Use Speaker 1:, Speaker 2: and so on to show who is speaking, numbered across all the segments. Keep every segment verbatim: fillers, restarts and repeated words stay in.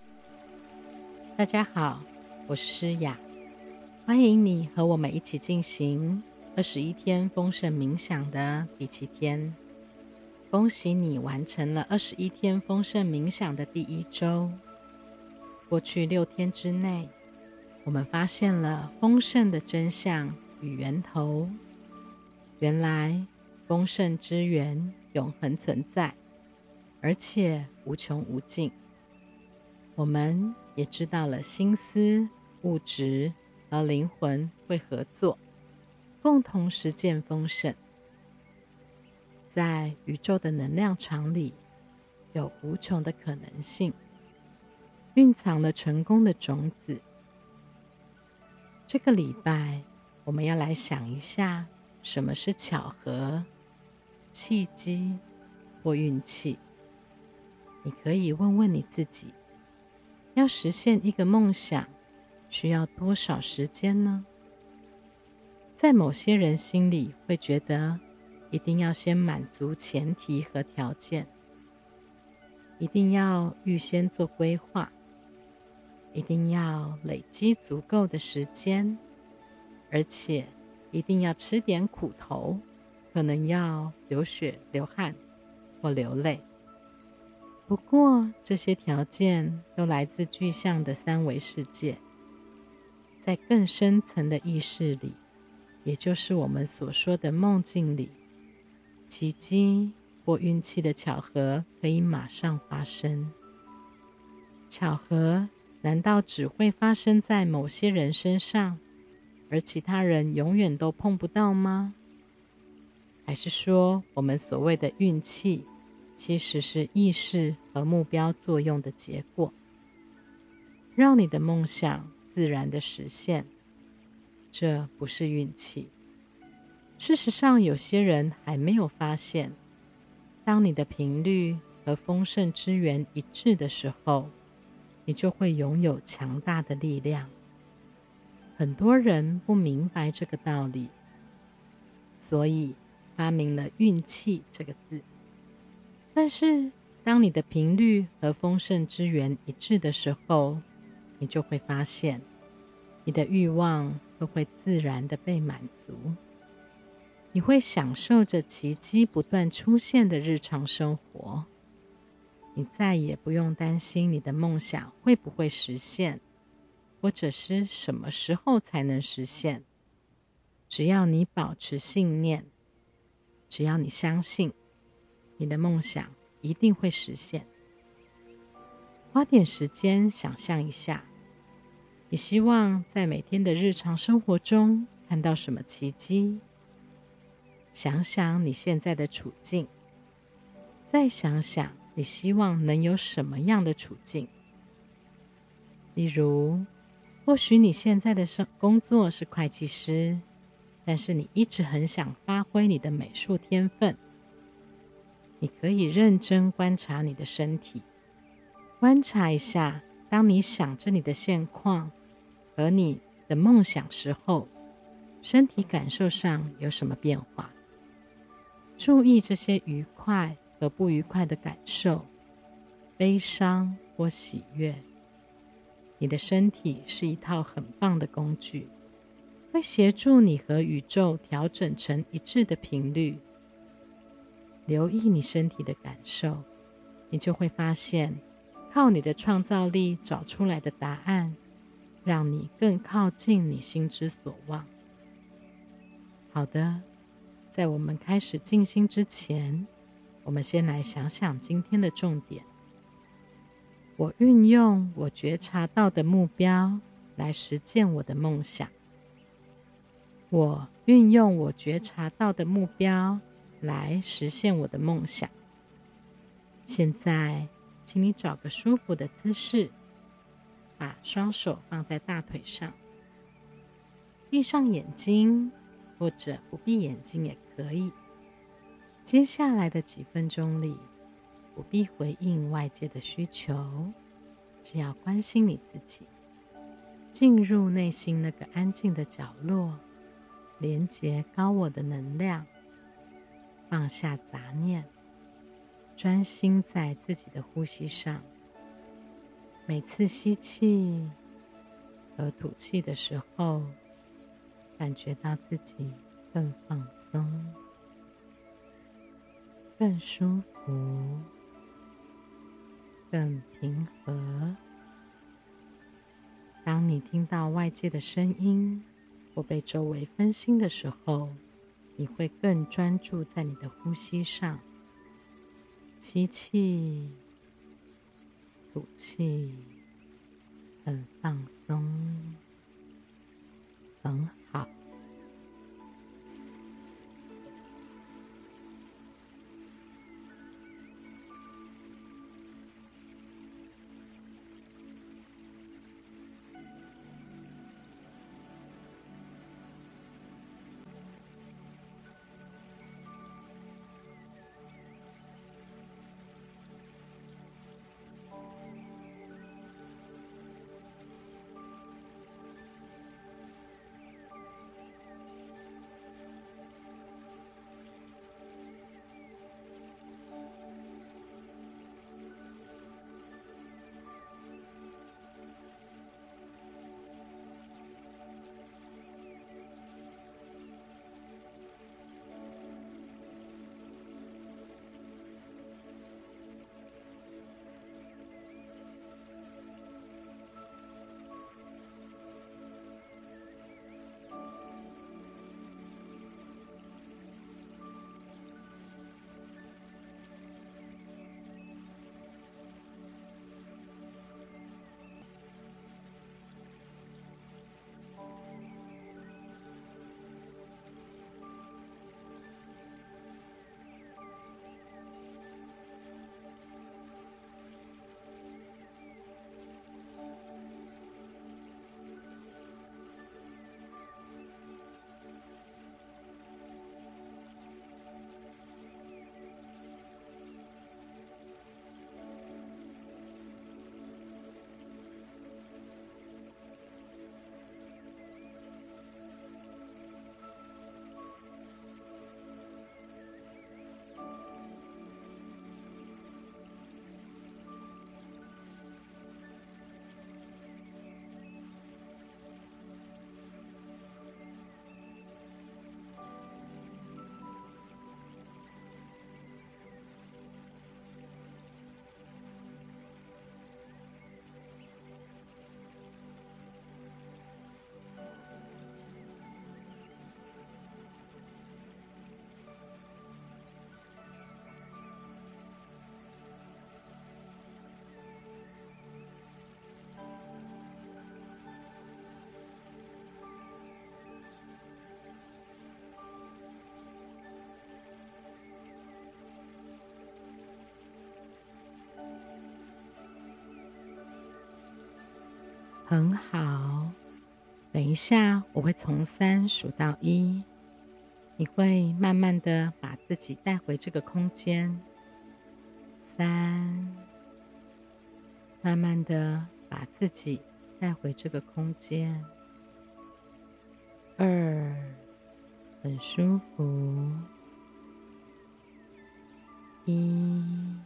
Speaker 1: 大家好，我是诗雅，欢迎你和我们一起进行二十一天丰盛冥想的第七天。恭喜你完成了二十一天丰盛冥想的第一周。过去六天之内，我们发现了丰盛的真相与源头。原来丰盛之源永恒存在，而且无穷无尽。我们也知道了心思、物质和灵魂会合作，共同实践丰盛。在宇宙的能量场里，有无穷的可能性，蕴藏了成功的种子。这个礼拜，我们要来想一下，什么是巧合、契机或运气。你可以问问你自己，要实现一个梦想，需要多少时间呢？在某些人心里会觉得，一定要先满足前提和条件，一定要预先做规划，一定要累积足够的时间，而且一定要吃点苦头，可能要流血、流汗或流泪。不过，这些条件都来自具象的三维世界，在更深层的意识里，也就是我们所说的梦境里，奇迹或运气的巧合可以马上发生。巧合难道只会发生在某些人身上，而其他人永远都碰不到吗？还是说，我们所谓的运气，其实是意识和目标作用的结果，让你的梦想自然的实现？这不是运气。事实上，有些人还没有发现，当你的频率和丰盛之源一致的时候，你就会拥有强大的力量。很多人不明白这个道理，所以发明了运气这个字。但是，当你的频率和丰盛之源一致的时候，你就会发现，你的欲望都会自然的被满足。你会享受着奇迹不断出现的日常生活。你再也不用担心你的梦想会不会实现，或者是什么时候才能实现。只要你保持信念，只要你相信，你的梦想一定会实现。花点时间想象一下，你希望在每天的日常生活中看到什么奇迹？想想你现在的处境，再想想你希望能有什么样的处境。例如，或许你现在的工作是会计师，但是你一直很想发挥你的美术天分。你可以认真观察你的身体，观察一下，当你想着你的现况和你的梦想时候，身体感受上有什么变化？注意这些愉快和不愉快的感受，悲伤或喜悦。你的身体是一套很棒的工具，会协助你和宇宙调整成一致的频率。留意你身体的感受，你就会发现，靠你的创造力找出来的答案，让你更靠近你心之所望。好的，在我们开始静心之前，我们先来想想今天的重点。我运用我觉察到的目标来实践我的梦想。我运用我觉察到的目标来实现我的梦想。现在，请你找个舒服的姿势，把双手放在大腿上，闭上眼睛，或者不闭眼睛也可以。接下来的几分钟里，不必回应外界的需求，只要关心你自己，进入内心那个安静的角落，连结高我的能量，放下杂念，专心在自己的呼吸上。 每次吸气和吐气的时候，感觉到自己更放松、更舒服、更平和。当你听到外界的声音或被周围分心的时候，你会更专注在你的呼吸上。吸气，吐气，很放松，很好。很好，等一下我会从三数到一，你会慢慢的把自己带回这个空间。三，慢慢的把自己带回这个空间。二，很舒服。一，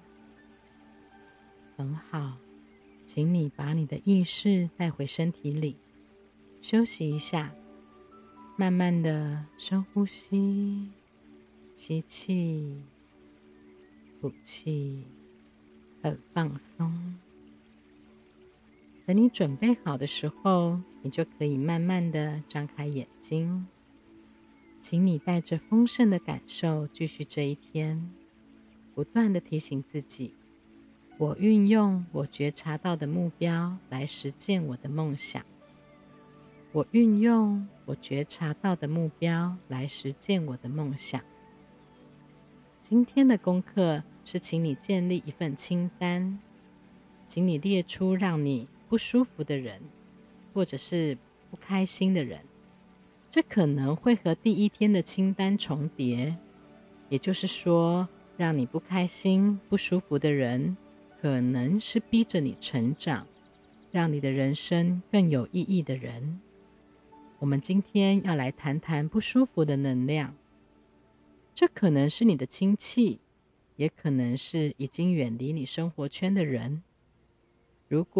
Speaker 1: 很好，请你把你的意识带回身体里，休息一下，慢慢的深呼吸，吸气，吐气，很放松。等你准备好的时候，你就可以慢慢的张开眼睛。请你带着丰盛的感受继续这一天，不断的提醒自己，我运用我觉察到的目标来实践我的梦想。我运用我觉察到的目标来实践我的梦想。今天的功课是请你建立一份清单，请你列出让你不舒服的人，或者是不开心的人。这可能会和第一天的清单重叠，也就是说，让你不开心、不舒服的人，可能是逼着你成长，让你的人生更有意义的人。我们今天要来谈谈不舒服的能量，这可能是你的亲戚，也可能是已经远离你生活圈的人。如果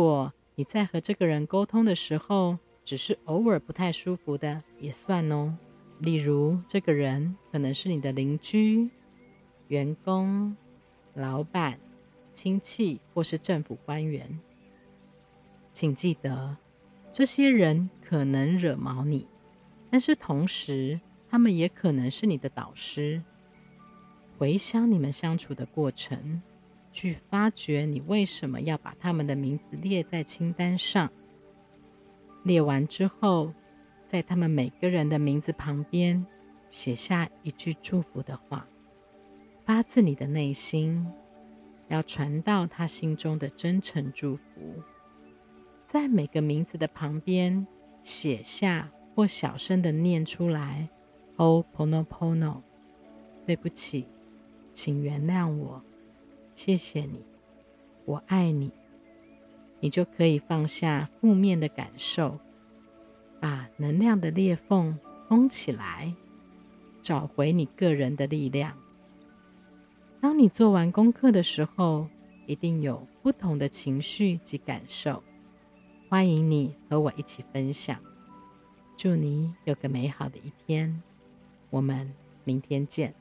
Speaker 1: 你在和这个人沟通的时候，只是偶尔不太舒服的也算哦。例如，这个人可能是你的邻居、员工、老板、亲戚或是政府官员。请记得，这些人可能惹毛你，但是同时，他们也可能是你的导师。回想你们相处的过程，去发掘你为什么要把他们的名字列在清单上。列完之后，在他们每个人的名字旁边写下一句祝福的话，发自你的内心，要传到他心中的真诚祝福。在每个名字的旁边写下或小声的念出来 Ho'oponopono， 对不起，请原谅我，谢谢你，我爱你。你就可以放下负面的感受，把能量的裂缝封起来，找回你个人的力量。当你做完功课的时候，一定有不同的情绪及感受，欢迎你和我一起分享。祝你有个美好的一天，我们明天见。